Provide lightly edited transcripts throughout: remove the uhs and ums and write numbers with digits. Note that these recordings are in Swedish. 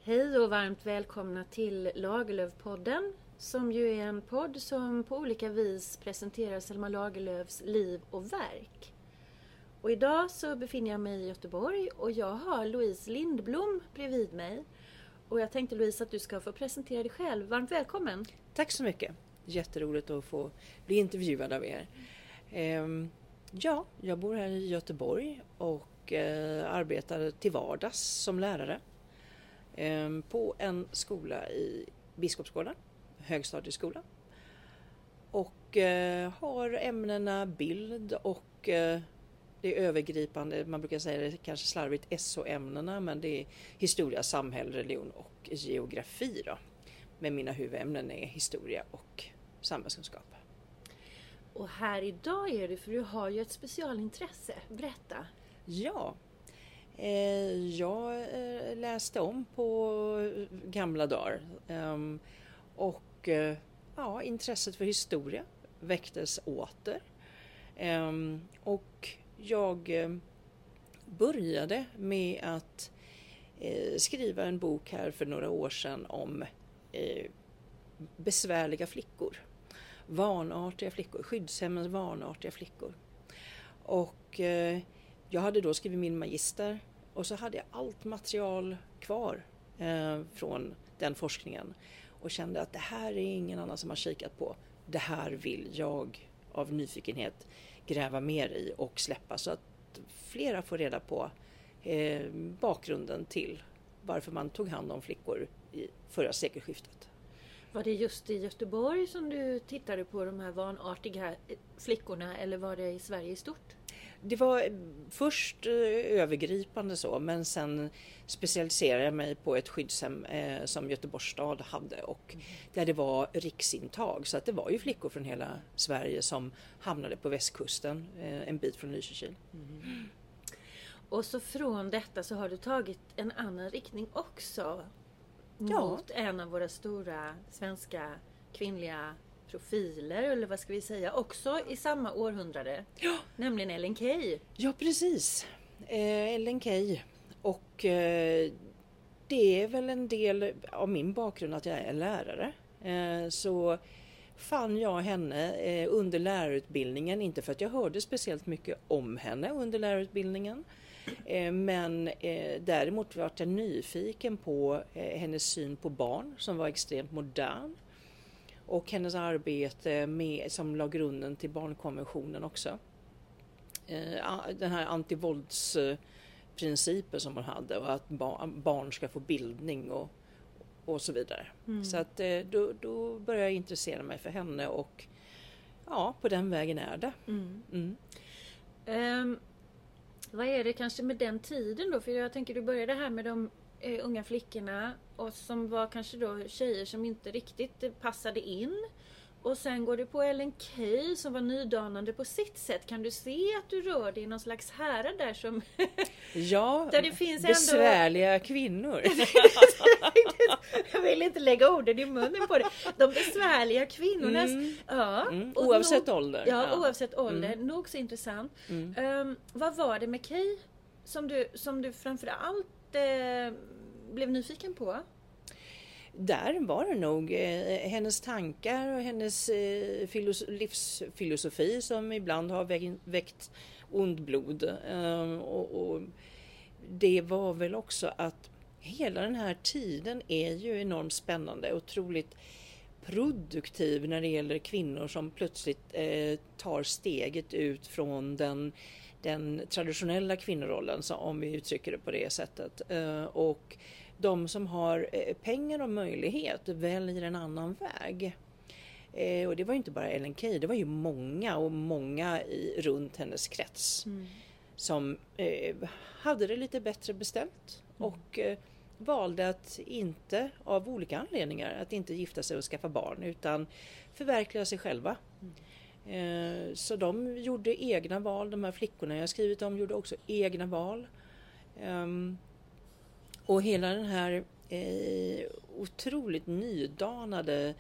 Hej och varmt välkomna till Lagerlöf-podden, som ju är en podd som på olika vis presenterar Selma Lagerlöfs liv och verk. Och idag så befinner jag mig i Göteborg och jag har Louise Lindblom bredvid mig. Och jag tänkte, Louise, att du ska få presentera dig själv. Varmt välkommen! Tack så mycket! Jätteroligt att få bli intervjuad av er. Jag bor här i Göteborg och arbetar till vardags som lärare på en skola i Biskopsgården, högstadieskola. Och har ämnena bild och det övergripande, man brukar säga det kanske slarvigt, SO-ämnena, men det är historia, samhälle, religion och geografi då. Men mina huvudämnen är historia och samhällskunskap. Och här idag är du, för du har ju ett specialintresse. Berätta! Ja, jag läste om på gamla dagar och intresset för historia väcktes åter. Och jag började med att skriva en bok här för några år sedan om besvärliga flickor. Vanartiga flickor, skyddshemmens vanartiga flickor. Och jag hade då skrivit min magister och så hade jag allt material kvar från den forskningen. Och kände att det här är ingen annan som har kikat på. Det här vill jag av nyfikenhet gräva mer i och släppa så att flera får reda på bakgrunden till varför man tog hand om flickor i förra sekelskiftet. Var det just i Göteborg som du tittade på de här vanartiga flickorna, eller var det i Sverige i stort? Det var först övergripande så, men sen specialiserade jag mig på ett skyddshem som Göteborgs stad hade och där det var riksintag. Så att det var ju flickor från hela Sverige som hamnade på västkusten, en bit från Lysekil. Mm. Och så från detta så har du tagit en annan riktning också mot en av våra stora svenska kvinnliga profiler, eller vad ska vi säga, också i samma århundrade, nämligen Ellen Key. Ja, precis. Ellen Key. Och det är väl en del av min bakgrund att jag är lärare. Så fann jag henne under lärarutbildningen, inte för att jag hörde speciellt mycket om henne under lärarutbildningen. Men däremot var jag nyfiken på hennes syn på barn som var extremt modern. Och hennes arbete som la grunden till barnkonventionen också. Den här antivåldsprincipen som hon hade och att barn ska få bildning och så vidare. Mm. Så att då började jag intressera mig för henne och på den vägen är det. Mm. Vad är det kanske med den tiden då? För jag tänker du började här med de unga flickorna och som var kanske då tjejer som inte riktigt passade in. Och sen går du på Ellen Key som var nydanande på sitt sätt. Kan du se att du rör dig i någon slags härad där som... Ja, där det finns besvärliga ändå... kvinnor. Jag vill inte lägga orden i munnen på det. De besvärliga kvinnornas... Oavsett ålder. Ja, oavsett ålder. Nog så intressant. Vad var det med Key som du framförallt blev nyfiken på? Där var det nog hennes tankar och hennes livsfilosofi som ibland har väckt ond blod. Och det var väl också att hela den här tiden är ju enormt spännande, otroligt produktiv när det gäller kvinnor som plötsligt tar steget ut från den traditionella kvinnorollen, så om vi uttrycker det på det sättet. Och de som har pengar och möjlighet väljer en annan väg. Och det var inte bara Ellen Key, det var ju många runt hennes krets som hade det lite bättre beställt och valde att inte, av olika anledningar, att inte gifta sig och skaffa barn utan förverkliga sig själva. Så de gjorde egna val, de här flickorna jag skrivit om gjorde också egna val. Och hela den här otroligt nydanande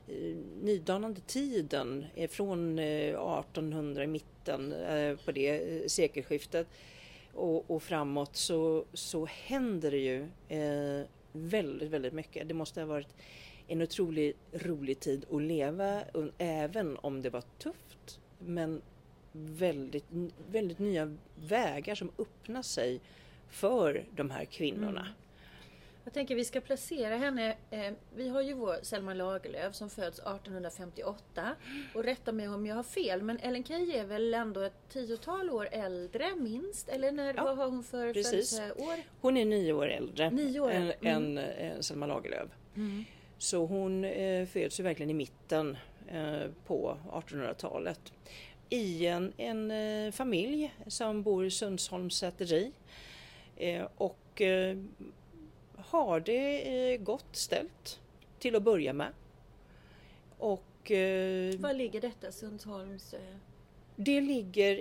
tiden från 1800 i mitten på det sekelskiftet och framåt så händer det ju väldigt, väldigt mycket. Det måste ha varit en otroligt rolig tid att leva, även om det var tufft, men väldigt, väldigt nya vägar som öppnar sig för de här kvinnorna. Jag tänker vi ska placera henne. Vi har ju vår Selma Lagerlöf som föds 1858. Och rätta mig om jag har fel, men Ellen Key är väl ändå ett 10-tal år äldre minst? Eller vad har hon för födelseår? Hon är 9 år äldre 9 år. än Selma Lagerlöf. Så hon föds ju verkligen i mitten på 1800-talet. I en familj som bor i Sundsholms säteri. Och har det gott ställt till att börja med. Och var ligger detta Sundsholms? Det ligger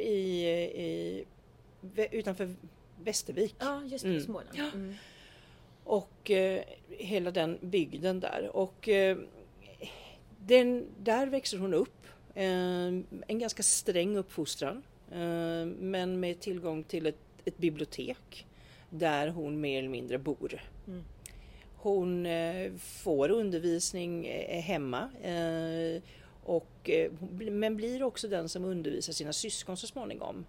utanför Västervik. Ja, just det, Småland. Och hela den bygden där. Och där växer hon upp. En ganska sträng uppfostran. Men med tillgång till ett bibliotek. Där hon mer eller mindre bor. Hon får undervisning hemma. Men blir också den som undervisar sina syskon så småningom.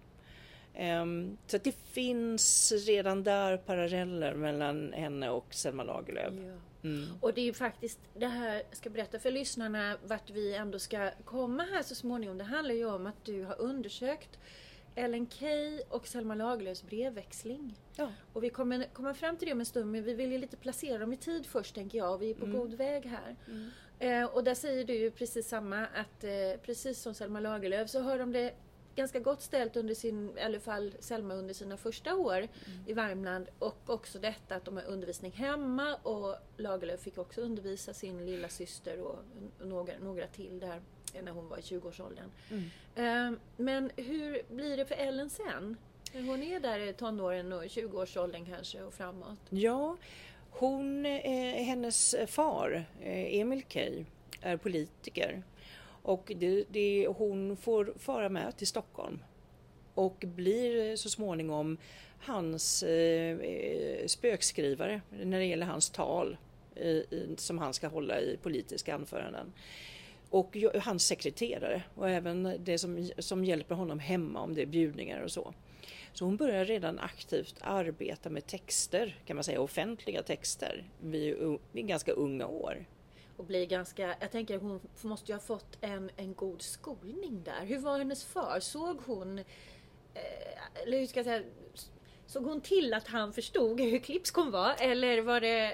Så att det finns redan där paralleller mellan henne och Selma Lagerlöf. Ja. Och det är ju faktiskt det här, jag ska berätta för lyssnarna vart vi ändå ska komma här så småningom. Det handlar ju om att du har undersökt Ellen Key och Selma Lagerlöfs brevväxling. Ja. Och vi kommer komma fram till det om en stund, men vi vill ju lite placera dem i tid först, tänker jag. Vi är på god väg här. Och där säger du ju precis samma, att precis som Selma Lagerlöf så har de det ganska gott ställt under i alla fall Selma under sina första år i Värmland. Och också detta att de har undervisning hemma, och Lagerlöf fick också undervisa sin lilla syster och några till där när hon var i 20-årsåldern. Men hur blir det för Ellen sen? Hon är där i tonåren och 20-årsåldern kanske och framåt. Ja, hennes far, Emil Key, är politiker. Och hon får fara med till Stockholm. Och blir så småningom hans spökskrivare när det gäller hans tal som han ska hålla i politiska anföranden. Och hans sekreterare och även det som hjälper honom hemma om det är bjudningar och så. Så hon börjar redan aktivt arbeta med texter, kan man säga, offentliga texter vid ganska unga år. Och blir ganska, jag tänker hon måste ju ha fått en god skolning där. Hur var hennes far? Såg hon, eller hur ska jag säga, såg hon till att han förstod hur klipsk hon var? Eller var det,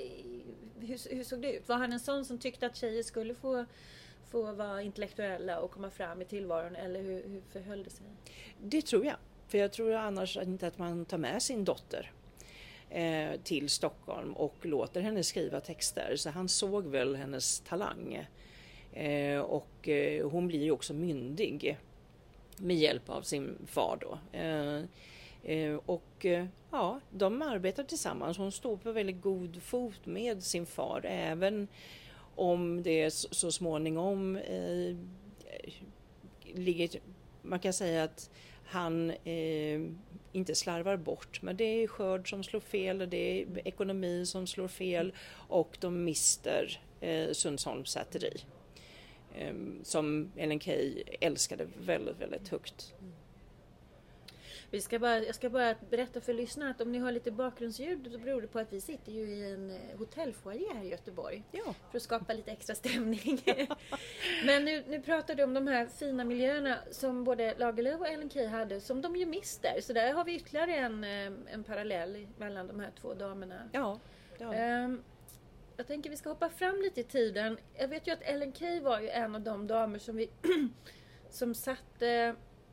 hur såg det ut? Var han en sån som tyckte att tjejer skulle få vara intellektuella och komma fram i tillvaron, eller hur förhöll det sig? Det tror jag. För jag tror annars inte att man tar med sin dotter till Stockholm och låter henne skriva texter. Så han såg väl hennes talang. Och hon blir ju också myndig med hjälp av sin far då. Ja, de arbetar tillsammans. Hon står på väldigt god fot med sin far, även om det så småningom ligger, man kan säga att han inte slarvar bort, men det är skörd som slår fel och det är ekonomi som slår fel, och de mister Sundsholms säteri som Ellen Key älskade väldigt, väldigt högt. Jag ska bara berätta för lyssnarna att om ni har lite bakgrundsljud så beror det på att vi sitter ju i en hotellfoyer här i Göteborg. Ja. För att skapa lite extra stämning. Men nu pratar du om de här fina miljöerna som både Lagerlöf och Ellen Key hade, som de ju mister. Så där har vi ytterligare en parallell mellan de här två damerna. Ja. Jag tänker vi ska hoppa fram lite i tiden. Jag vet ju att Ellen Key var ju en av de damer som satte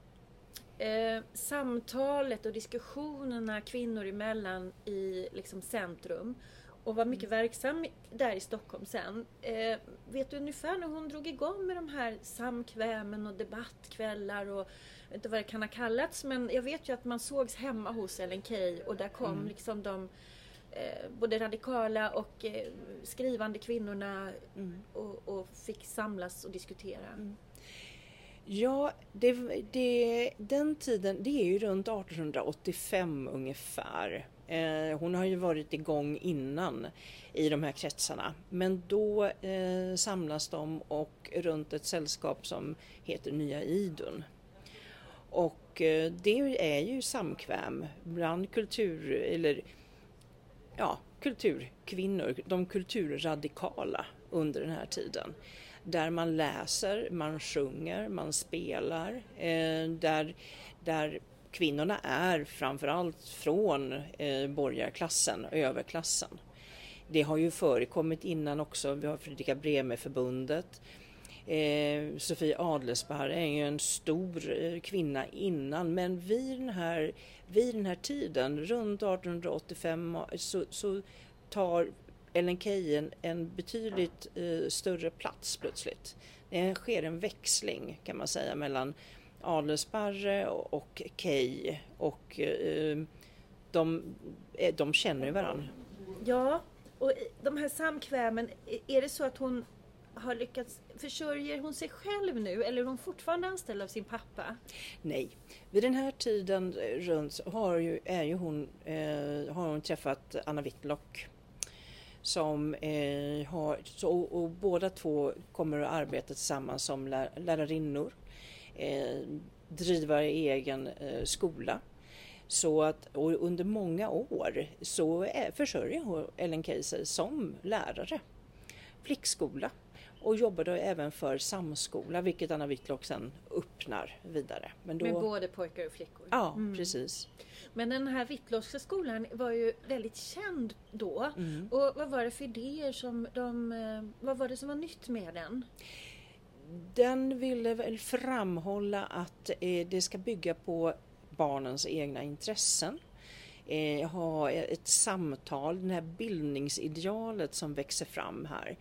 samtalet och diskussionerna kvinnor emellan i liksom centrum, och var mycket verksam där i Stockholm sen. Vet du ungefär när hon drog igång med de här samkvämen och debattkvällar och jag vet inte vad det kan ha kallats, men jag vet ju att man sågs hemma hos Ellen Key, och där kom liksom de både radikala och skrivande kvinnorna och fick samlas och diskutera. Ja, den tiden, det är ju runt 1885 ungefär. Hon har ju varit igång innan i de här kretsarna, men då samlas de och runt ett sällskap som heter Nya Idun. Och det är ju samkväm bland kulturkvinnor, de kulturradikala under den här tiden. Där man läser, man sjunger, man spelar, där kvinnorna är framförallt från borgarklassen och överklassen. Det har ju förekommit innan också, vi har Fredrika Bremer-förbundet. Sofie Adelsparr är ju en stor kvinna innan, men vid den här tiden, runt 1885, så tar Ellen Key en betydligt större plats plötsligt. Det sker en växling kan man säga mellan Adelsparr och Key, och de känner ju varandra. Ja, och de här samkvämen, är det så att hon har lyckats, försörjer hon sig själv nu eller är hon fortfarande anställd av sin pappa? Nej, vid den här tiden har hon träffat Anna Whitlock som och båda två kommer att arbeta tillsammans som lärarinnor, driva egen skola. Så att, och under många år så försörjer Ellen Key sig som lärare, flickskola, och jobbade även för samskola, vilket Anna Whitlock sen öppnar vidare. Men då, med både pojkar och flickor? Ja, precis. Men den här Whitlockska skolan var ju väldigt känd då. Och vad var det för idéer som vad var det som var nytt med den? Den ville väl framhålla att det ska bygga på barnens egna intressen. Ha ett samtal, det här bildningsidealet som växer fram här.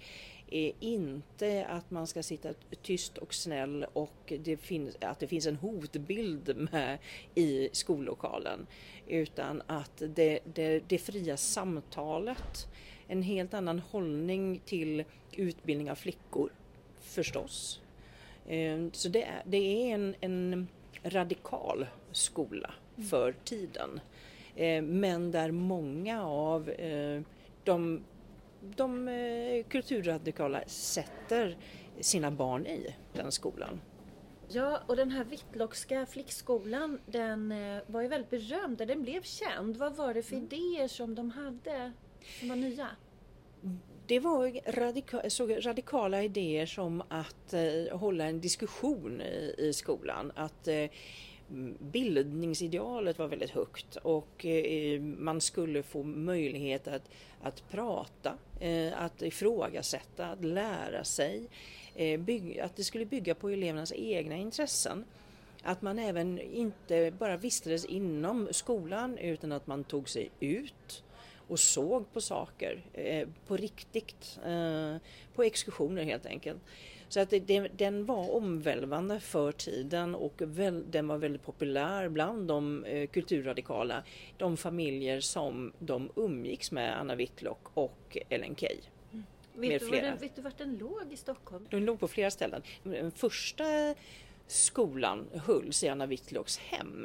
Inte att man ska sitta tyst och snäll och att det finns en hotbild med i skollokalen, utan att det fria samtalet, en helt annan hållning till utbildning av flickor förstås. Så det är en radikal skola för tiden, men där många av de kulturradikala sätter sina barn i den skolan. Ja, och den här Whitlockska flickskolan, den var ju väldigt berömd, den blev känd. Vad var det för idéer som de hade som var nya? Det var så radikala idéer som att hålla en diskussion i skolan, att bildningsidealet var väldigt högt och man skulle få möjlighet att prata, att ifrågasätta, att lära sig, att det skulle bygga på elevernas egna intressen. Att man även inte bara vistades inom skolan utan att man tog sig ut och såg på saker på riktigt, på exkursioner helt enkelt. Så att den var omvälvande för tiden och den var väldigt populär bland de kulturradikala, de familjer som de umgicks med, Anna Whitlock och Ellen Key. Vet du vart den låg i Stockholm? Den låg på flera ställen. Den första skolan hölls i Anna Whitlocks hem.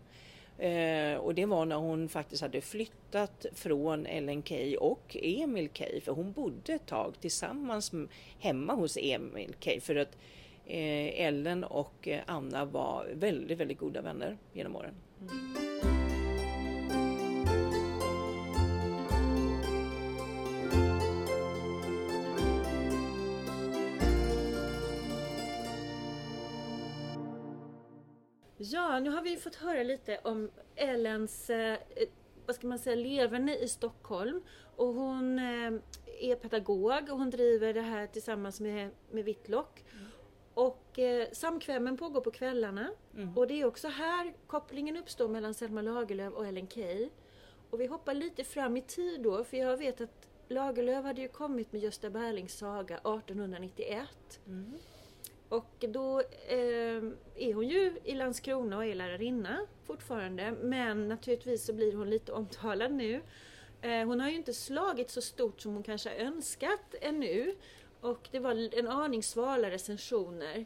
Och det var när hon faktiskt hade flyttat från Ellen Key och Emil Key, för hon bodde ett tag tillsammans hemma hos Emil Key, för att Ellen och Anna var väldigt, väldigt goda vänner genom åren. Ja, nu har vi fått höra lite om Ellens leverne i Stockholm, och hon är pedagog och hon driver det här tillsammans med Whitlock. Och samkvämmen pågår på kvällarna, och det är också här kopplingen uppstår mellan Selma Lagerlöf och Ellen Key. Och vi hoppar lite fram i tid då, för jag vet att Lagerlöf hade ju kommit med Gösta Berlings saga 1891. Och då är hon ju i Landskrona och är lärarinna fortfarande. Men naturligtvis så blir hon lite omtalad nu. Hon har ju inte slagit så stort som hon kanske har önskat ännu. Och det var en aning svala recensioner.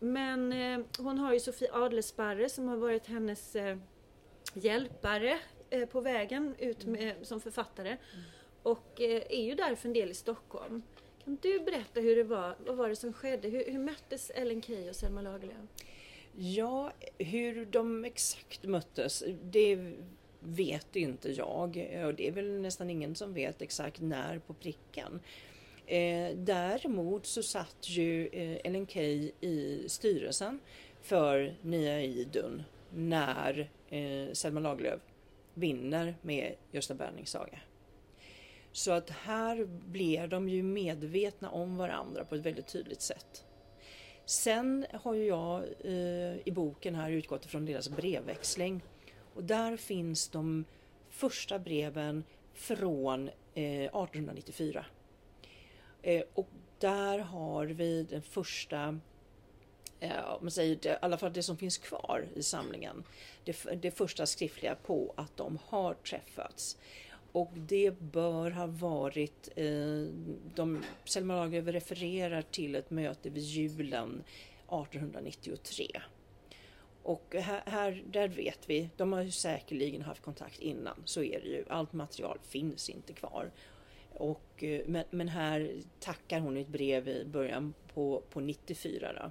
Men hon har ju Sofie Adelsparre som har varit hennes hjälpare på vägen ut som författare. Och är ju därför en del i Stockholm. Kan du berätta hur det var? Vad var det som skedde? Hur möttes Ellen Key och Selma Lagerlöf? Ja, hur de exakt möttes, det vet inte jag. Och det är väl nästan ingen som vet exakt när på pricken. Däremot så satt ju Ellen Key i styrelsen för Nya Idun när Selma Lagerlöf vinner med Gösta Bernings saga. Så att här blev de ju medvetna om varandra på ett väldigt tydligt sätt. Sen har ju jag i boken här utgått från deras brevväxling. Och där finns de första breven från 1894. Och där har vi den första, man säger, i alla fall det som finns kvar i samlingen. Det första skriftliga på att de har träffats. Och det bör ha varit, Selma Lagerlöf refererar till ett möte vid julen 1893. Och där vet vi, de har ju säkerligen haft kontakt innan, så är det ju. Allt material finns inte kvar. Och, men här tackar hon i ett brev i början på 94 då,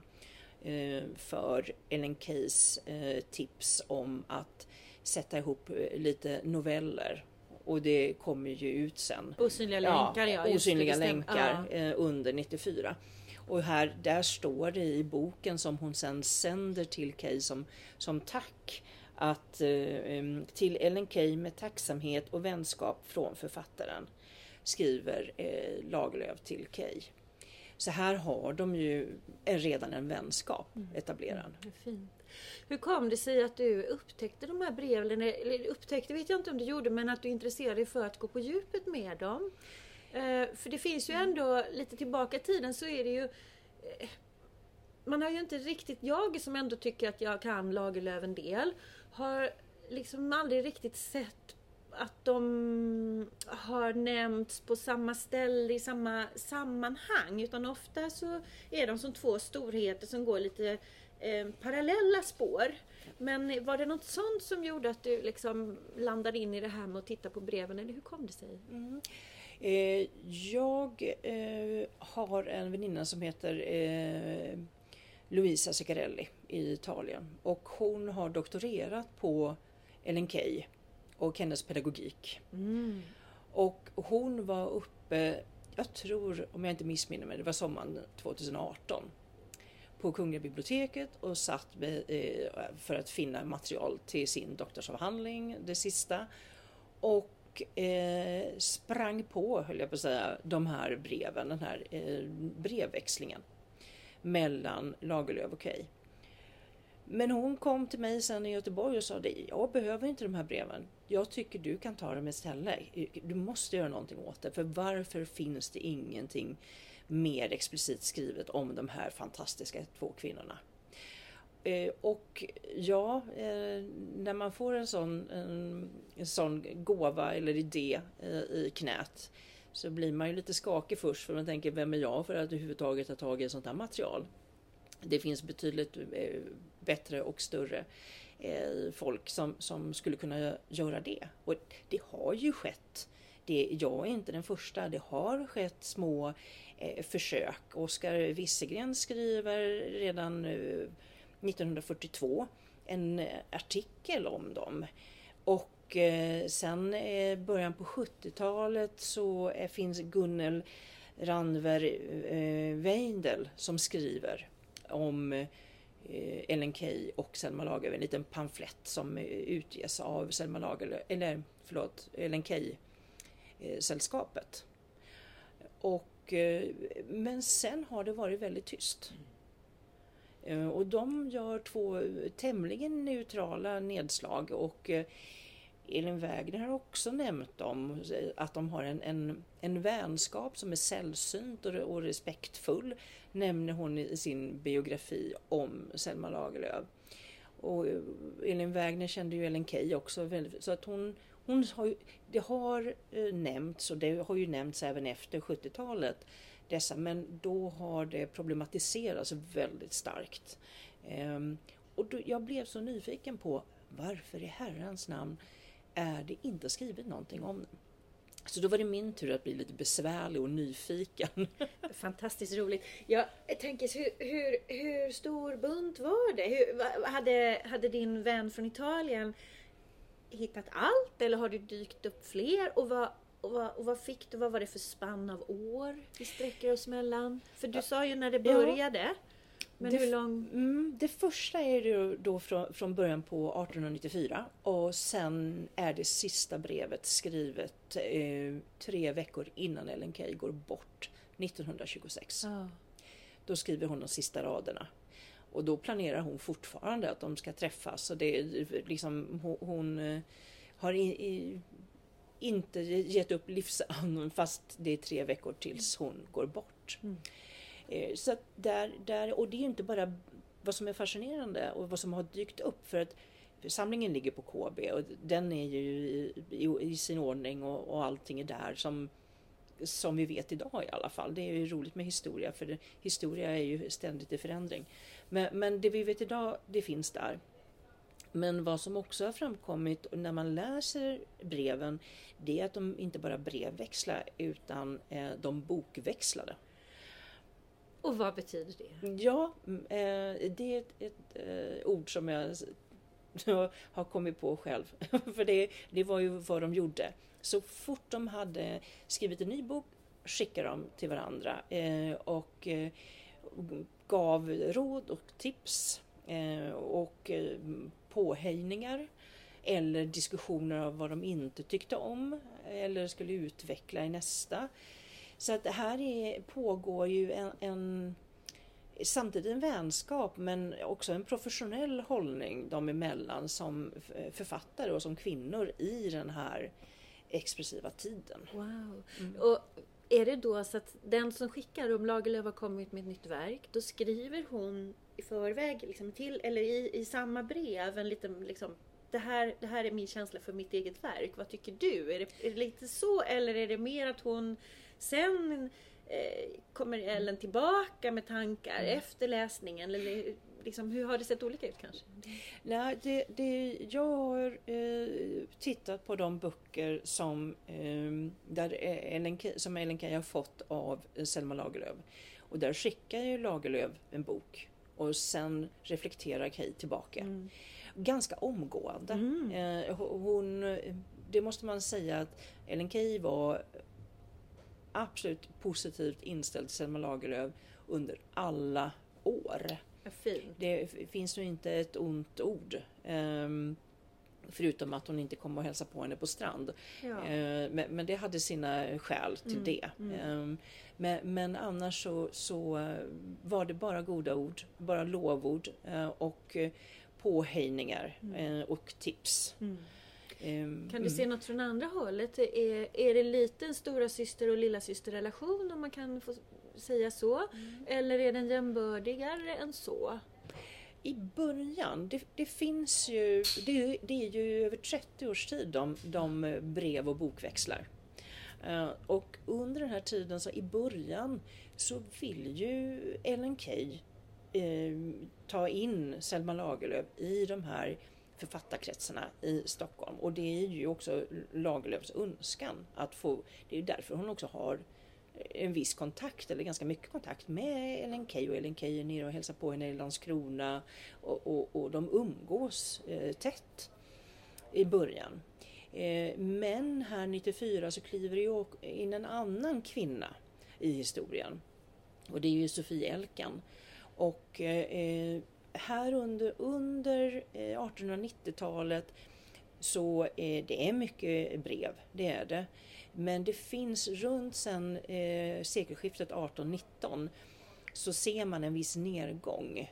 för Ellen Keys tips om att sätta ihop lite noveller. Och det kommer ju ut sen. Osynliga länkar, ja. Osynliga länkar under 94. Och där står det i boken som hon sen sänder till Key som tack att till Ellen Key med tacksamhet och vänskap från författaren, skriver Lagerlöf till Key. Så här har de ju redan en vänskap etablerad. Fint. Hur kom det sig att du upptäckte de här breven? Eller upptäckte vet jag inte om du gjorde, men att du intresserade dig för att gå på djupet med dem? För det finns ju ändå, lite tillbaka i tiden så är det ju... Man har ju inte riktigt, jag som ändå tycker att jag kan Lagerlöf en del, har liksom aldrig riktigt sett att de har nämnts på samma ställe i samma sammanhang, utan ofta så är de som två storheter som går lite parallella spår. Men var det något sånt som gjorde att du liksom landade in i det här med att titta på breven, eller hur kom det sig? Jag har en väninna som heter Luisa Ciccarelli i Italien, och hon har doktorerat på Ellen Key och hennes pedagogik. Och hon var uppe, jag tror, om jag inte missminner mig, det var sommaren 2018 på Kungliga biblioteket och satt för att finna material till sin doktorsavhandling, det sista, och sprang på, höll jag på att säga, de här breven, den här brevväxlingen mellan Lagerlöf och Key. Men hon kom till mig sen i Göteborg och sa det, jag behöver inte de här breven. Jag tycker du kan ta dem istället. Du måste göra någonting åt det. För varför finns det ingenting mer explicit skrivet om de här fantastiska två kvinnorna? Och ja, när man får en sån gåva eller idé i knät, så blir man ju lite skakig först, för man tänker, vem är jag för att överhuvudtaget ta tag i sånt här material? Det finns betydligt bättre och större folk som skulle kunna göra det. Och det har ju skett. Jag är inte den första. Det har skett små försök. Oskar Wissegren skriver redan 1942 en artikel om dem. Och sen början på 70-talet så finns Gunnel Ranver Weindel som skriver om Ellen Key och Selma Lagerlöf, en liten pamflett som utges av Selma Lagerlöf, Ellen Key-sällskapet. Men sen har det varit väldigt tyst. Och de gör två tämligen neutrala nedslag, och Elin Wägner har också nämnt om att de har en vänskap som är sällsynt och respektfull, nämner hon i sin biografi om Selma Lagerlöf. Och Elin Wägner kände ju Ellen Key också, så att hon har, det har nämnts, och det har ju nämnts även efter 70-talet dessa, men då har det problematiserats väldigt starkt. Och jag blev så nyfiken på varför i herrans namn är det inte skrivit någonting om den. Så då var det min tur att bli lite besvärlig och nyfiken. Fantastiskt roligt. Jag tänker, hur stor bunt var det? Hade din vän från Italien hittat allt eller har det dykt upp fler? Och vad fick du? Vad var det för spann av år vi sträcker oss mellan? För du sa ju när det började. Ja. Men hur lång? Det första är ju då från början på 1894 och sen är det sista brevet skrivet 3 veckor innan Ellen Key går bort 1926. Ja. Då skriver hon de sista raderna. Och då planerar hon fortfarande att de ska träffas. Och det är liksom, hon har inte gett upp livsanden fast det är 3 veckor tills hon går bort. Mm. Så att där, och det är ju inte bara vad som är fascinerande och vad som har dykt upp, för att samlingen ligger på KB och den är ju i sin ordning och allting är där som vi vet idag i alla fall. Det är ju roligt med historia, för historia är ju ständigt i förändring. Men det vi vet idag, det finns där. Men vad som också har framkommit när man läser breven, det är att de inte bara brevväxlar utan de bokväxlade. Och vad betyder det? Ja, det är ett ord som jag har kommit på själv. För det var ju vad de gjorde. Så fort de hade skrivit en ny bok skickade de till varandra och gav råd och tips och påhejningar eller diskussioner av vad de inte tyckte om eller skulle utveckla i nästa. Så att här pågår ju samtidigt en vänskap men också en professionell hållning dem emellan som författare och som kvinnor i den här expressiva tiden. Wow. Mm. Och är det då så att den som skickar, om Lagerlöf har kommit med ett nytt verk, då skriver hon i förväg liksom, till, eller i samma brev en liten liksom, det här är min känsla för mitt eget verk. Vad tycker du? Är det lite så, eller är det mer att hon sen kommer Ellen tillbaka med tankar efter läsningen? Eller liksom, hur har det sett olika ut kanske? Nej, jag har tittat på de böcker som Ellen Key har fått av Selma Lagerlöf. Och där skickar ju Lagerlöf en bok och sen reflekterar Key tillbaka. Mm. Ganska omgående. Det måste man säga att Ellen Key var absolut positivt inställd till Selma Lagerlöf under alla år. Det finns nog inte ett ont ord. Förutom att hon inte kom och hälsa på henne på strand. Ja. Men det hade sina skäl till det. Men annars så var det bara goda ord, bara lovord och påhejningar och tips. Kan du se något från andra hållet? Är det lite stora syster och lilla systerrelation, om man kan få säga så? Eller är den jämbördigare än så? I början, det finns ju, det är ju över 30 års tid de brev och bokväxlar. Och under den här tiden, så i början, så vill ju Ellen Key ta in Selma Lagerlöf i de här författarkretsarna i Stockholm. Och det är ju också Lagerlöfs önskan att få, det är ju därför hon också har en viss kontakt, eller ganska mycket kontakt med Ellen Key, och Ellen Key är nere och hälsar på henne i Landskrona och de umgås tätt i början. Men här 94 så kliver det ju in en annan kvinna i historien, och det är ju Sofie Elkan. Och här under 1890-talet så det är mycket brev, det är det. Men det finns runt sen sekelskiftet 1819 så ser man en viss nedgång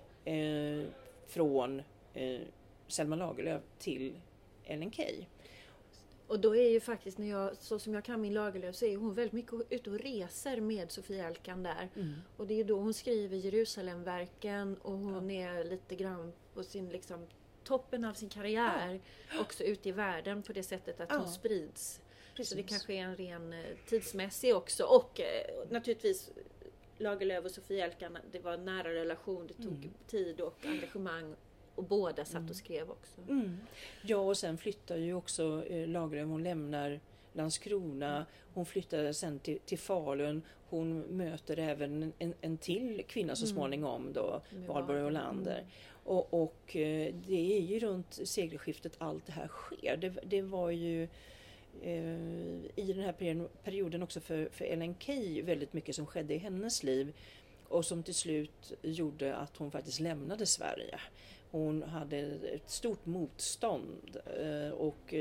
från Selma Lagerlöf till Ellen Key. Och då är ju faktiskt, så som jag kan min Lagerlöf, så är hon väldigt mycket ute och reser med Sofie Elkan där. Och det är ju då hon skriver Jerusalemverken, och hon är lite grann på sin liksom, toppen av sin karriär också ute i världen på det sättet att hon sprids. Precis. Så det kanske är en ren tidsmässig också. Och naturligtvis Lagerlöf och Sofie Elkan, det var en nära relation, det tog tid och engagemang Och båda satt och skrev också. Ja, och sen flyttar ju också Lagerlöf, hon lämnar Landskrona, hon flyttar sen till Falun, hon möter även en till kvinna så småningom då, Valborg Olander. Och det är ju runt sekelskiftet allt det här sker. Det var ju i den här perioden också för Ellen Key väldigt mycket som skedde i hennes liv och som till slut gjorde att hon faktiskt lämnade Sverige. Hon hade ett stort motstånd och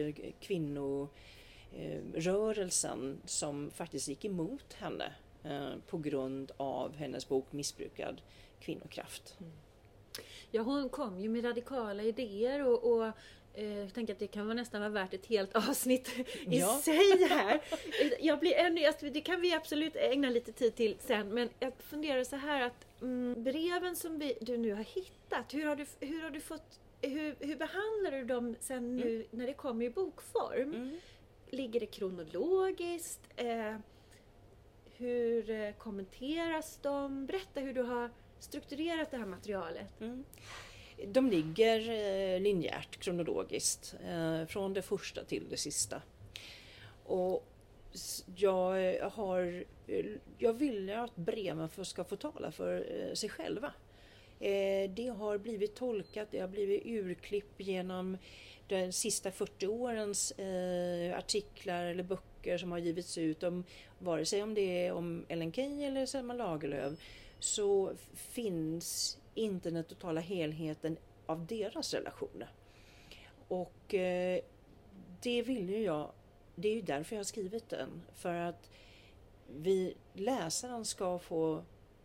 kvinnorörelsen som faktiskt gick emot henne på grund av hennes bok Missbrukad kvinnokraft. Ja, hon kom ju med radikala idéer och jag tänker att det kan nästan vara värt ett helt avsnitt i sig här. Det kan vi absolut ägna lite tid till sen, men jag funderar så här att breven som du nu har hittat, hur behandlar du dem sen nu när det kommer i bokform? Ligger det kronologiskt? Hur kommenteras de? Berätta hur du har strukturerat det här materialet. De ligger linjärt, kronologiskt, från det första till det sista. Och jag vill att breven ska få tala för sig själva. Det har blivit tolkat, det har blivit urklipp genom de sista 40 årens artiklar eller böcker som har givits ut, vare sig om det är om Ellen Key eller Selma Lagerlöf, så finns inte den totala helheten av deras relationer. Och det vill ju jag, det är ju därför jag har skrivit den, för att läsaren ska få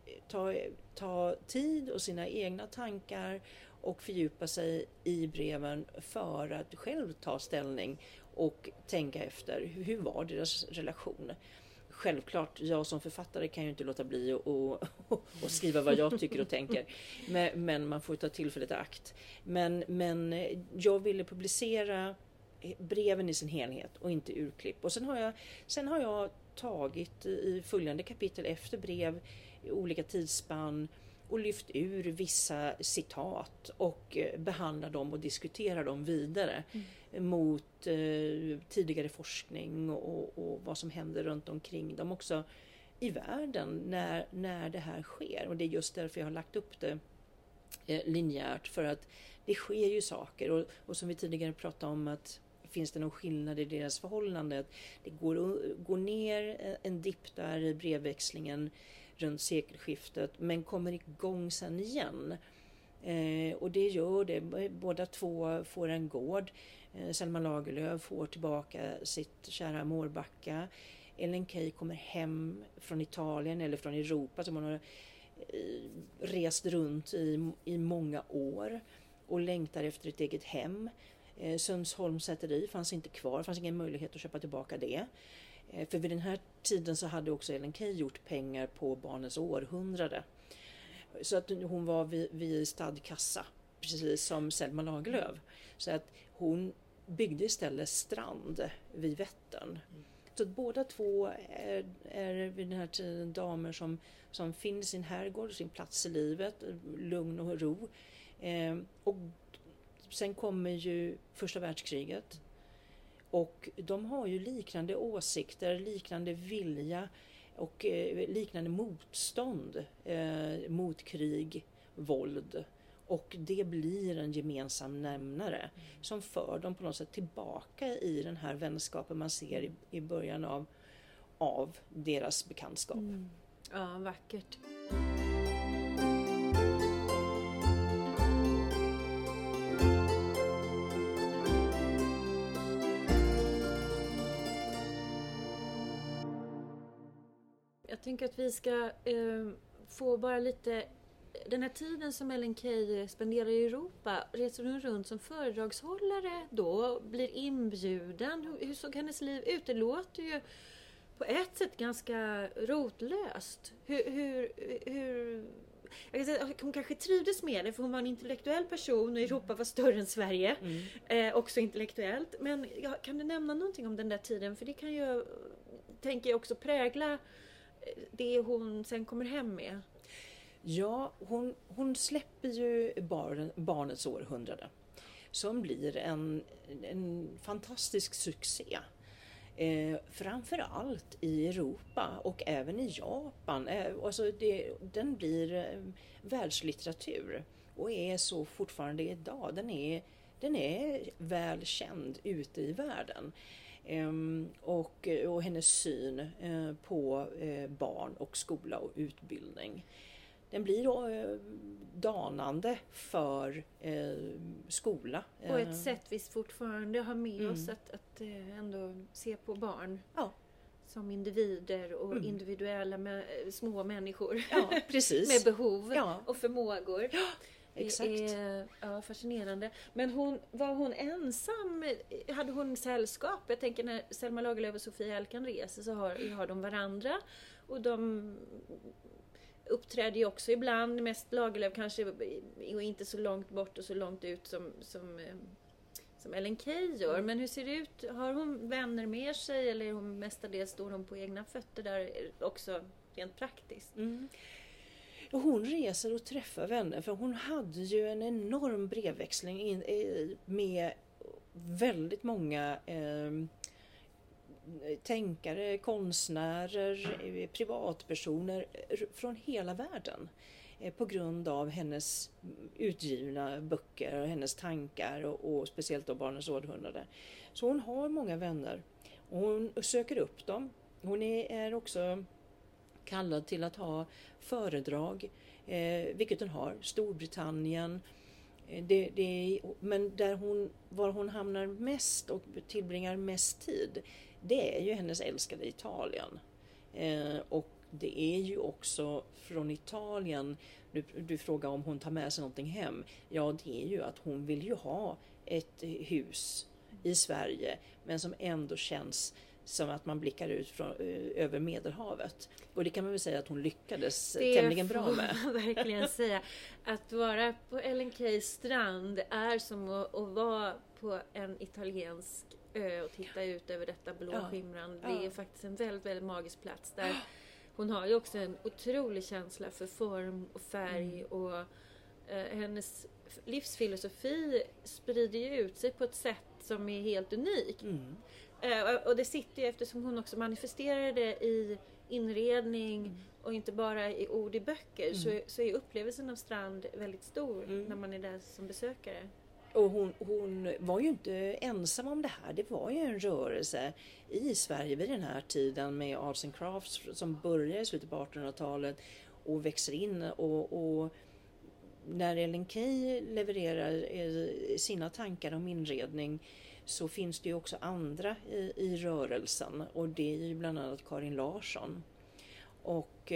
ta tid och sina egna tankar och fördjupa sig i breven för att själv ta ställning och tänka efter hur var deras relation. Självklart, jag som författare kan ju inte låta bli att skriva vad jag tycker och tänker. Men man får ta tillfället i akt. Men jag ville publicera breven i sin helhet och inte urklipp. Och sen har jag tagit i följande kapitel efter brev i olika tidsspann och lyft ur vissa citat och behandla dem och diskutera dem vidare mot tidigare forskning och vad som händer runt omkring dem också i världen när det här sker. Och det är just därför jag har lagt upp det linjärt, för att det sker ju saker och som vi tidigare pratade om, att finns det någon skillnad i deras förhållande. Det går ner en dipp där i brevväxlingen runt sekelskiftet, men kommer igång sen igen. Och det gör det. Båda två får en gård. Selma Lagerlöf får tillbaka sitt kära Mårbacka. Ellen Key kommer hem från Italien eller från Europa som hon har rest runt i många år och längtar efter ett eget hem. Sundsholms säteri fanns inte kvar, det fanns ingen möjlighet att köpa tillbaka det. För vid den här tiden så hade också Ellen Key gjort pengar på barnens århundrade. Så att hon var vid stadkassa, precis som Selma Lagerlöf. Så att hon byggde istället strand vid Vättern. Så att båda två är vid den här tiden damer som finner sin herrgård, sin plats i livet, lugn och ro. Och sen kommer ju första världskriget. Och de har ju liknande åsikter, liknande vilja och liknande motstånd mot krig, våld. Och det blir en gemensam nämnare som för dem på något sätt tillbaka i den här vänskapen man ser i början av deras bekantskap. Ja, vackert. Jag tänker att vi ska få bara lite... Den här tiden som Ellen Key spenderar i Europa, reser hon runt som föredragshållare då, blir inbjuden. Hur såg hennes liv ut? Det låter ju på ett sätt ganska rotlöst. Jag kan säga att hon kanske trivdes med det, för hon var en intellektuell person och Europa var större än Sverige, också intellektuellt. Men kan du nämna någonting om den där tiden? För det kan ju, tänker jag, också prägla det hon sen kommer hem med. Ja, hon släpper ju Barnets århundrade som blir en fantastisk succé. Framförallt i Europa och även i Japan. Alltså den blir världslitteratur och är så fortfarande idag. Den är väl känd ute i världen. Och hennes syn på barn och skola och utbildning. Den blir danande för skola. På ett sätt vi fortfarande har med oss att ändå se på barn som individer och individuella små människor. Ja, precis. Med behov och förmågor. Ja, exakt. Det är fascinerande. Men var hon ensam? Hade hon sällskap? Jag tänker när Selma Lagerlöf och Sofia Elkan reser så har de varandra. Och de uppträder ju också ibland, mest Lagerlöf kanske, och inte så långt bort och så långt ut som Ellen Key gör. Men hur ser det ut? Har hon vänner med sig eller mestadels står hon på egna fötter där också rent praktiskt? Och hon reser och träffar vänner för hon hade ju en enorm brevväxling med väldigt många tänkare, konstnärer, privatpersoner från hela världen på grund av hennes utgivna böcker och hennes tankar och speciellt då Barnets århundrade. Så hon har många vänner och hon söker upp dem. Hon är också kallad till att ha föredrag, vilket hon har, Storbritannien. Men var hon hamnar mest och tillbringar mest tid, det är ju hennes älskade Italien. Och det är ju också från Italien, du frågar om hon tar med sig någonting hem. Ja, det är ju att hon vill ju ha ett hus i Sverige, men som ändå känns som att man blickar ut över Medelhavet. Och det kan man väl säga att hon lyckades tämligen bra med. Det får man verkligen säga. Att vara på Ellen Keys strand är som att vara på en italiensk ö och titta ut över detta blåskimrande. Det är faktiskt en väldigt, väldigt magisk plats där. Hon har ju också en otrolig känsla för form och färg och hennes livsfilosofi sprider ju ut sig på ett sätt som är helt unikt. Och det sitter ju, eftersom hon också manifesterar det i inredning och inte bara i ord i böcker, så är upplevelsen av strand väldigt stor när man är där som besökare. Och hon var ju inte ensam om det här. Det var ju en rörelse i Sverige vid den här tiden med Arts and Crafts som börjar i slutet på 1800-talet och växer in. Och när Ellen Key levererar sina tankar om inredning så finns det ju också andra i rörelsen. Och det är ju bland annat Karin Larsson. Och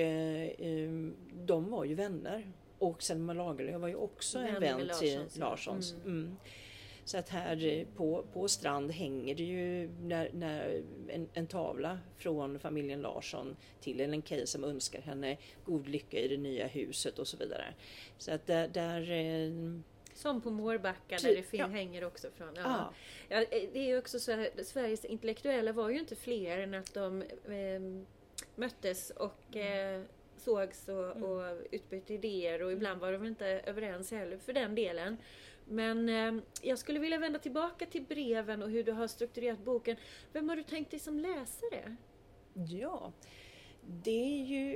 de var ju vänner. Och Selma Lagerlöf var ju också en vän till Larssons. Så att här på strand hänger det ju när en tavla från familjen Larsson till Ellen Key som önskar henne god lycka i det nya huset och så vidare. Så att där som på Mårbacka där det hänger också från. Ja, det är ju också så här, Sveriges intellektuella var ju inte fler än att de möttes och sågs och utbytte idéer och ibland var de inte överens heller för den delen. Men jag skulle vilja vända tillbaka till breven och hur du har strukturerat boken. Vem har du tänkt dig som läsare? Ja, det är ju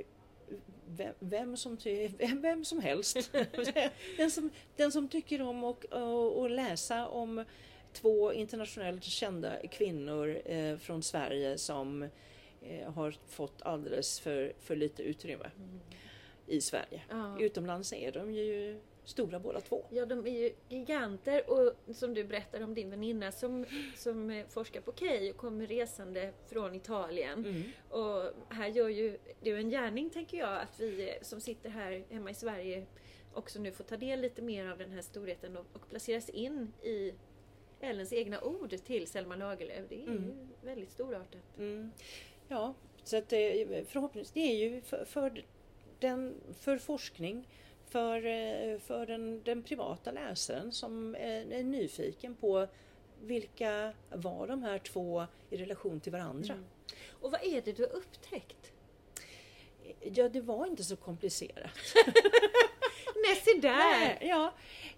vem som helst. den som tycker om att läsa om två internationellt kända kvinnor från Sverige som har fått alldeles för lite utrymme i Sverige. Utomlands är de ju stora båda två. Ja, de är ju giganter och som du berättar om din väninna som forskar på Key och kommer resande från Italien. Och här gör ju det är en gärning, tänker jag, att vi som sitter här hemma i Sverige också nu får ta del lite mer av den här storheten och placeras in i Ellens egna ord till Selma Lagerlöf. Det är ju väldigt storartat. Ja, så att förhoppningsvis det är ju för forskning för den privata läsaren som är nyfiken på vilka var de här två i relation till varandra. Och vad är det du har upptäckt? Ja, det var inte så komplicerat. Nej, se där! Nej, ja.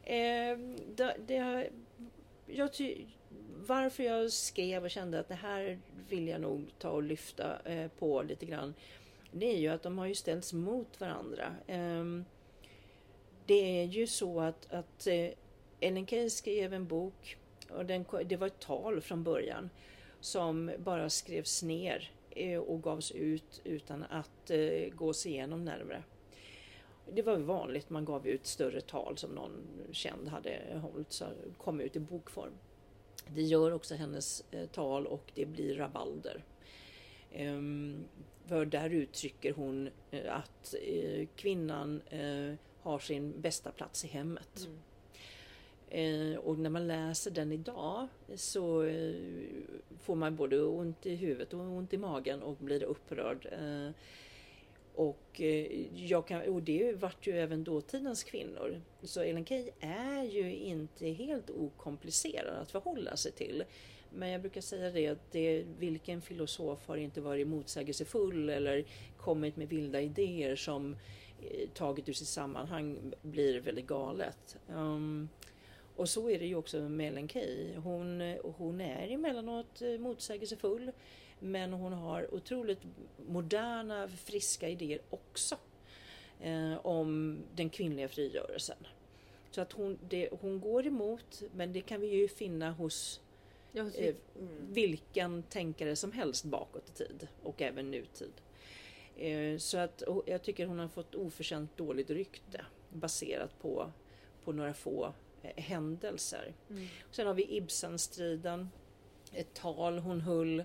Varför jag skrev och kände att det här vill jag nog ta och lyfta på lite grann. Det är ju att de har ju ställts mot varandra. Det är ju så att Ellen Key skrev en bok och det var ett tal från början som bara skrevs ner och gavs ut utan att gås igenom närmare. Det var vanligt, man gav ut större tal som någon känd hade hållit, så kom ut i bokform. Det gör också hennes tal och det blir rabalder. För där uttrycker hon att kvinnan har sin bästa plats i hemmet. Och när man läser den idag så får man både ont i huvudet och ont i magen och blir upprörd. Och det vart ju även dåtidens kvinnor. Så Ellen Key är ju inte helt okomplicerad att förhålla sig till. Men jag brukar säga det att vilken filosof har inte varit motsägelsefull eller kommit med vilda idéer som taget ur sitt sammanhang blir väldigt galet. Och så är det ju också med Ellen Key. Hon är emellanåt motsägelsefull, men hon har otroligt moderna, friska idéer också om den kvinnliga frigörelsen. Så att hon går emot, men det kan vi ju finna hos vilken tänkare som helst bakåt i tid och även nutid. Så att jag tycker hon har fått oförtjänt dåligt rykte baserat på några få händelser. Sen har vi Ibsen-striden, ett tal hon höll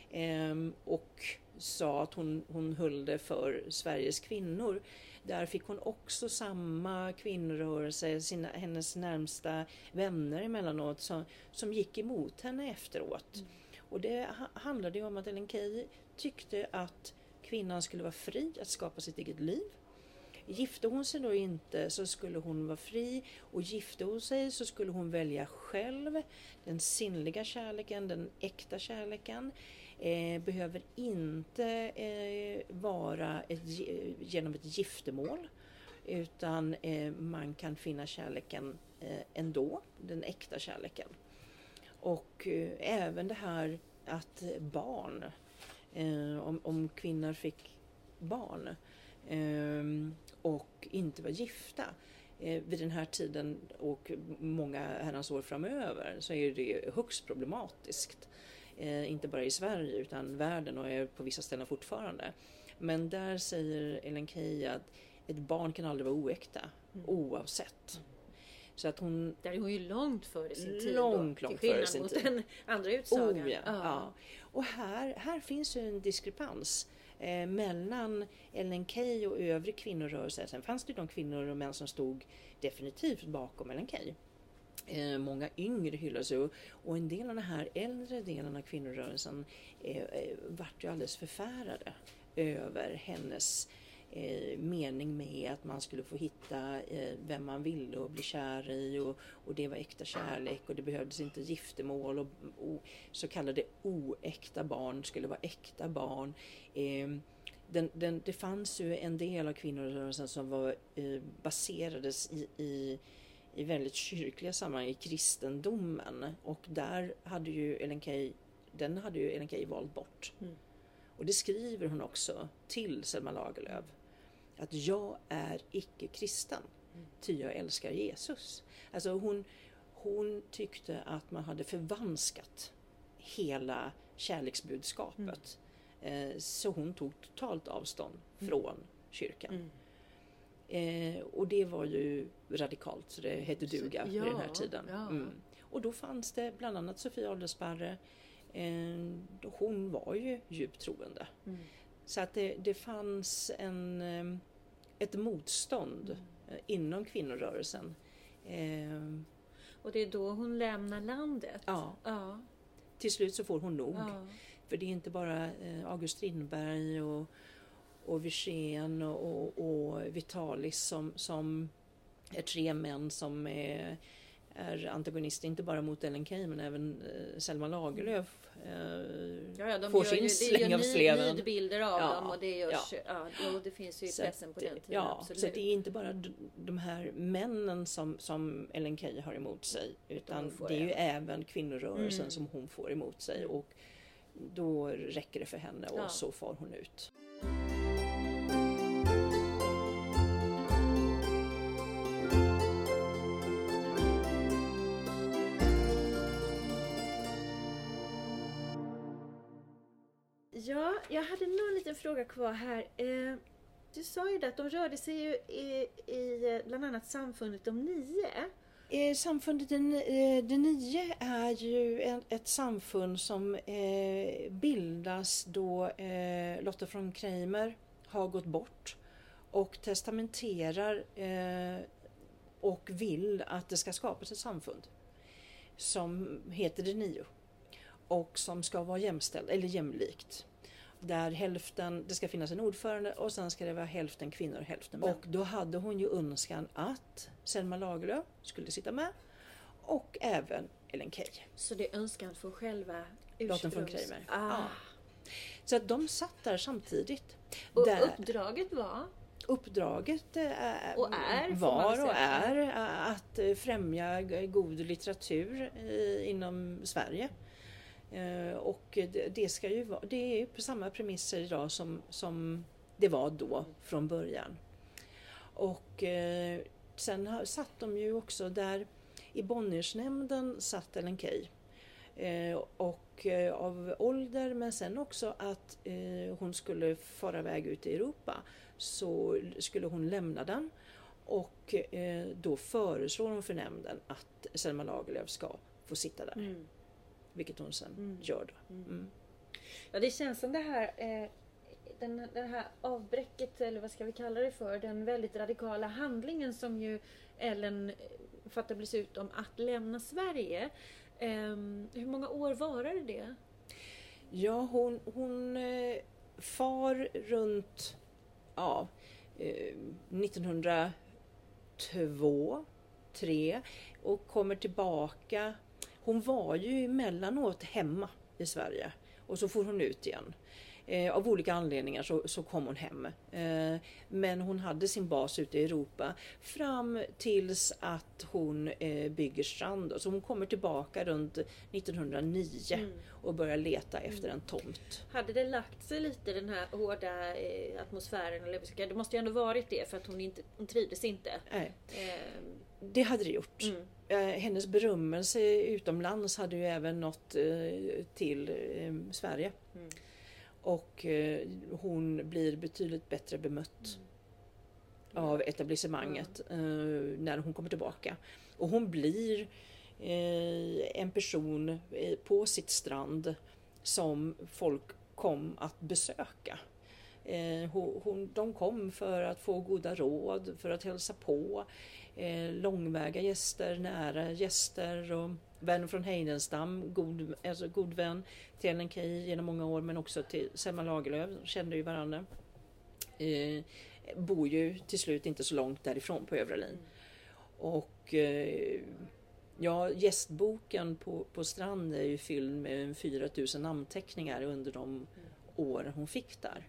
och sa att hon höll det för Sveriges kvinnor. Där fick hon också samma kvinnorörelse, hennes närmsta vänner emellanåt som gick emot henne efteråt. Och det handlade om att Ellen Key tyckte att kvinnan skulle vara fri att skapa sitt eget liv. Gifte hon sig då inte så skulle hon vara fri, och gifte hon sig så skulle hon välja själv den sinnliga kärleken, den äkta kärleken. Behöver inte vara genom ett giftermål, utan man kan finna kärleken ändå, den äkta kärleken. Och även det här att barn, om kvinnor fick barn och inte var gifta vid den här tiden och många herrans år framöver, så är det högst problematiskt. Inte bara i Sverige utan världen, och är på vissa ställen fortfarande. Men där säger Ellen Key att ett barn kan aldrig vara oäkta oavsett. Så att där är hon ju långt före sin tid. Långt före sin tid. Till skillnad mot den andra utsagan. Ja. Och här finns ju en diskrepans mellan Ellen Key och övrig kvinnorörelse. Sen fanns det de kvinnor och män som stod definitivt bakom Ellen Key. Många yngre hyllades och en del av den här äldre delen av kvinnorörelsen vart ju alldeles förfärade över hennes mening med att man skulle få hitta vem man ville och bli kär i, och det var äkta kärlek och det behövdes inte giftermål, och så kallade oäkta barn skulle vara äkta barn. Det fanns ju en del av kvinnorörelsen som var baserades i väldigt kyrkliga sammanhang, i kristendomen, och där hade ju Ellen Key valt bort. Och det skriver hon också till Selma Lagerlöf, att jag är icke kristen, ty jag älskar Jesus. Alltså hon tyckte att man hade förvanskat hela kärleksbudskapet. Så hon tog totalt avstånd från kyrkan. Och det var ju radikalt, så det hette duga vid den här tiden. Och då fanns det bland annat Sofia Adelsparre. Hon var ju djupt troende. Så att det fanns ett motstånd inom kvinnorörelsen. Och det är då hon lämnar landet. Ja. Till slut så får hon nog. För det är inte bara August Strindberg och Wirsén och Vitalis som är tre män som är antagonister inte bara mot Ellen Key men även Selma Lagerlöf de får sin släng av sleven. Nidbilder av dem och det görs, det finns ju i pressen på den tiden. Ja, absolut. så det är inte bara de här männen som Ellen Key har emot sig, utan det är ju även kvinnorörelsen som hon får emot sig, och då räcker det för henne och så far hon ut. Ja, jag hade någon liten fråga kvar här. Du sa ju att de rörde sig ju i bland annat Samfundet de 9. Samfundet de 9 är ju ett samfund som bildas då Lotta von Kramer har gått bort och testamenterar och vill att det ska skapas ett samfund som heter de 9 och som ska vara jämställd eller jämlikt. Där det ska finnas en ordförande och sen ska det vara hälften kvinnor och hälften män. Och då hade hon ju önskan att Selma Lagerlöf skulle sitta med och även Ellen Key. Så det är önskan för själva Lotta von Kramer. Ja. Så att de satt där samtidigt. Och uppdraget var? Uppdraget är att främja god litteratur inom Sverige. Och det är på samma premisser idag som det var då från början. Och sen satt de ju också där i Bonniersnämnden satt Ellen Key. Och av ålder, men sen också att hon skulle fara iväg ut i Europa, så skulle hon lämna den, och då föreslår hon för nämnden att Selma Lagerlöf ska få sitta där. Vilket hon sen gör då. Ja, det känns som det här den här avbräcket, eller vad ska vi kalla det för, den väldigt radikala handlingen som ju Ellen fattar beslut om att lämna Sverige. Hur många år varade det? Ja, hon far runt 1902, 3 och kommer tillbaka. Hon var ju emellanåt hemma i Sverige och så får hon ut igen. Av olika anledningar så kom hon hem. Men hon hade sin bas ute i Europa fram tills att hon bygger Strand. Så hon kommer tillbaka runt 1909 och börjar leta efter en tomt. Hade det lagt sig lite, den här hårda atmosfären? Eller, det måste ju ändå varit det, för att hon trivdes inte. Nej. Det hade det gjort. Hennes berömmelse utomlands hade ju även nått till Sverige. Och hon blir betydligt bättre bemött av etablissemanget när hon kommer tillbaka. Och hon blir en person på sitt Strand som folk kom att besöka. De kom för att få goda råd, för att hälsa på. Långväga gäster, nära gäster, och vän från Heidenstam, god vän till Ellen Key genom många år, men också till Selma Lagerlöf, kände ju varandra. Bor ju till slut inte så långt därifrån på Övre Lin. Och gästboken på Strand är ju fylld med 4000 namnteckningar under de år hon fick där.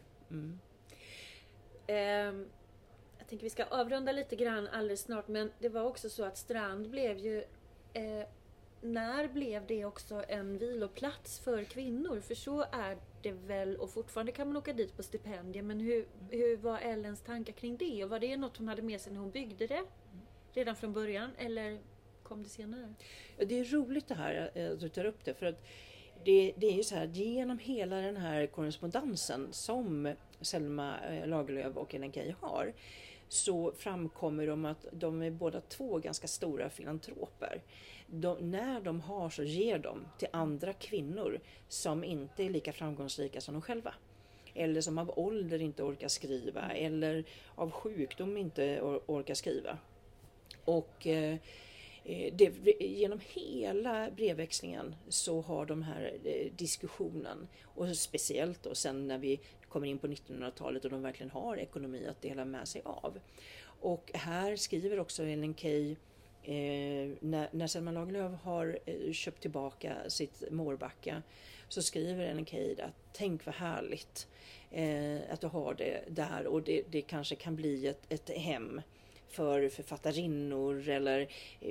Jag tänker vi ska avrunda lite grann alldeles snart, men det var också så att Strand blev ju när blev det också en viloplats för kvinnor? För så är det väl, och fortfarande kan man åka dit på stipendier, men hur var Ellens tankar kring det? Och var det något hon hade med sig när hon byggde det redan från början, eller kom det senare? Ja, det är roligt det här att du tar upp det, för att det är ju så här, genom hela den här korrespondensen som Selma Lagerlöf och Ellen Key har, så framkommer de att de är båda två ganska stora filantroper. När de har så ger de till andra kvinnor som inte är lika framgångsrika som de själva. Eller som av ålder inte orkar skriva, eller av sjukdom inte orkar skriva. Och genom hela brevväxlingen så har de här diskussionen, och speciellt då sen när vi kommer in på 1900-talet och de verkligen har ekonomi att dela med sig av. Och här skriver också Ellen Key när Selma Lagerlöf har köpt tillbaka sitt Mårbacka, så skriver Ellen Key att tänk vad härligt att du har det där, och det kanske kan bli ett hem för författarinnor eller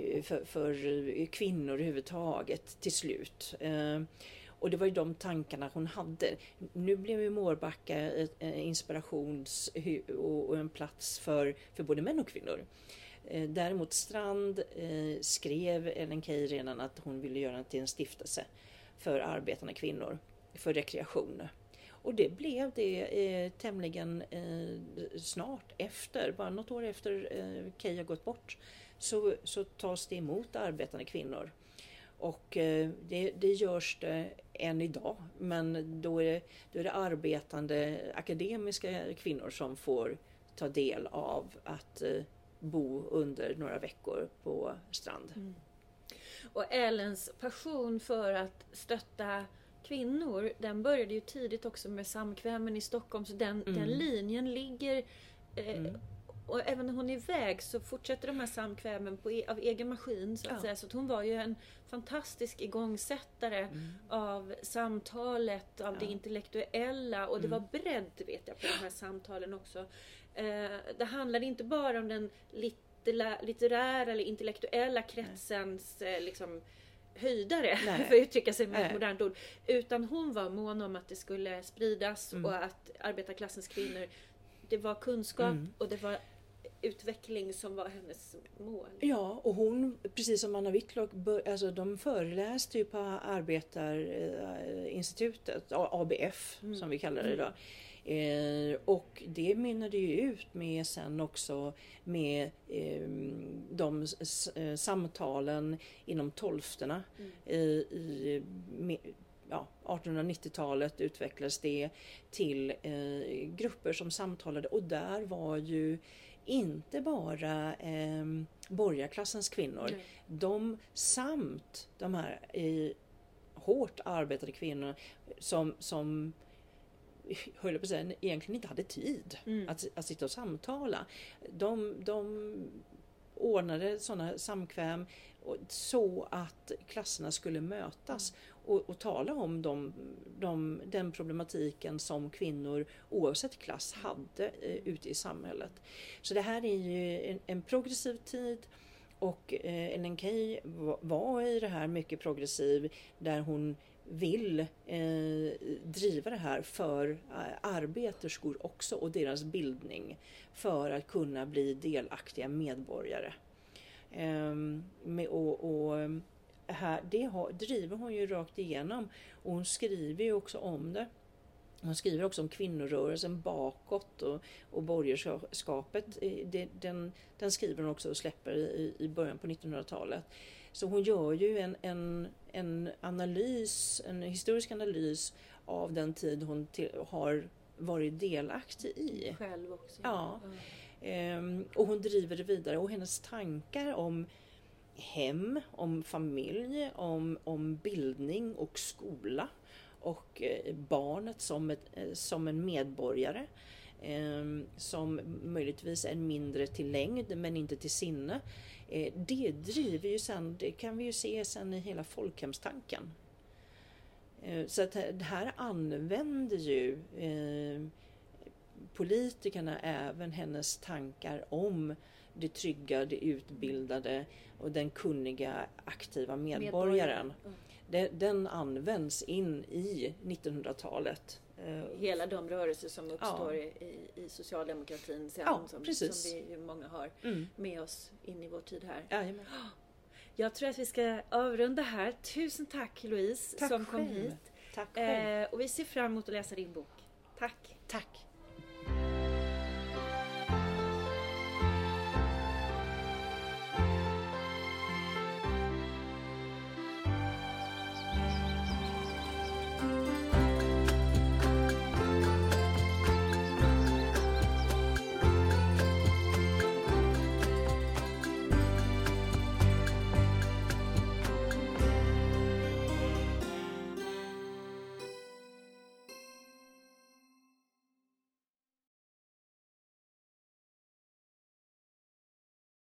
för kvinnor överhuvudtaget till slut. Och det var ju de tankarna hon hade. Nu blev ju Mårbacka inspirations och en plats för både män och kvinnor. Däremot Strand skrev Ellen Key redan att hon ville göra det till en stiftelse för arbetande kvinnor, för rekreation. Och det blev det tämligen snart efter, bara något år efter Key har gått bort, så tas det emot arbetande kvinnor. Och det görs det än idag, men då är det arbetande akademiska kvinnor som får ta del av att bo under några veckor på Strand. Mm. Och Ellens passion för att stötta kvinnor, den började ju tidigt också med samkvämen i Stockholm, så den linjen ligger och även när hon är iväg så fortsätter de här samkvämen av egen maskin så att säga. Så att hon var ju en fantastisk igångsättare av samtalet, av det intellektuella, och det var bredd, vet jag, på de här samtalen också. Det handlade inte bara om den litterära eller intellektuella kretsens liksom höjdare, för att uttrycka sig med ett modernt ord, utan hon var mån om att det skulle spridas och att arbetarklassens kvinnor, det var kunskap och det var utveckling som var hennes mål. Ja, och hon, precis som Anna Whitlock, alltså de föreläste ju på Arbetarinstitutet, ABF som vi kallar det idag. Och det mynnade ju ut med sen också med de samtalen inom tolfterna. 1890-talet utvecklades det till grupper som samtalade, och där var ju inte bara borgarklassens kvinnor, de samt de här hårt arbetade kvinnorna som höll på att säga, egentligen inte hade tid att sitta och samtala. De ordnade sådana samkväm så att klasserna skulle mötas och tala om den problematiken som kvinnor oavsett klass hade ute i samhället. Så det här är ju en progressiv tid, och Ellen Key var i det här mycket progressiv, där hon vill driva det här för arbeterskor också och deras bildning, för att kunna bli delaktiga medborgare. Här, det driver hon ju rakt igenom, och hon skriver ju också om det. Hon skriver också om kvinnorörelsen bakåt och borgerskapet. Den skriver hon också och släpper i början på 1900-talet. Så hon gör ju en analys, en historisk analys av den tid hon har varit delaktig i. Själv också. Ja. Och hon driver det vidare, och hennes tankar om hem, om familj, om bildning och skola och barnet som en medborgare som möjligtvis är mindre till längd men inte till sinne. Det driver ju sen, det kan vi ju se sen i hela folkhemstanken. Så att det här använder ju politikerna även hennes tankar om det trygga, det utbildade och den kunniga, aktiva medborgaren. Den används in i 1900-talet. Hela de rörelser som uppstår i socialdemokratin sen, som vi ju många har med oss in i vår tid här. Jajamän. Jag tror att vi ska avrunda här. Tusen tack Louise som kom hit. Tack själv. Och vi ser fram emot att läsa din bok. Tack. Tack.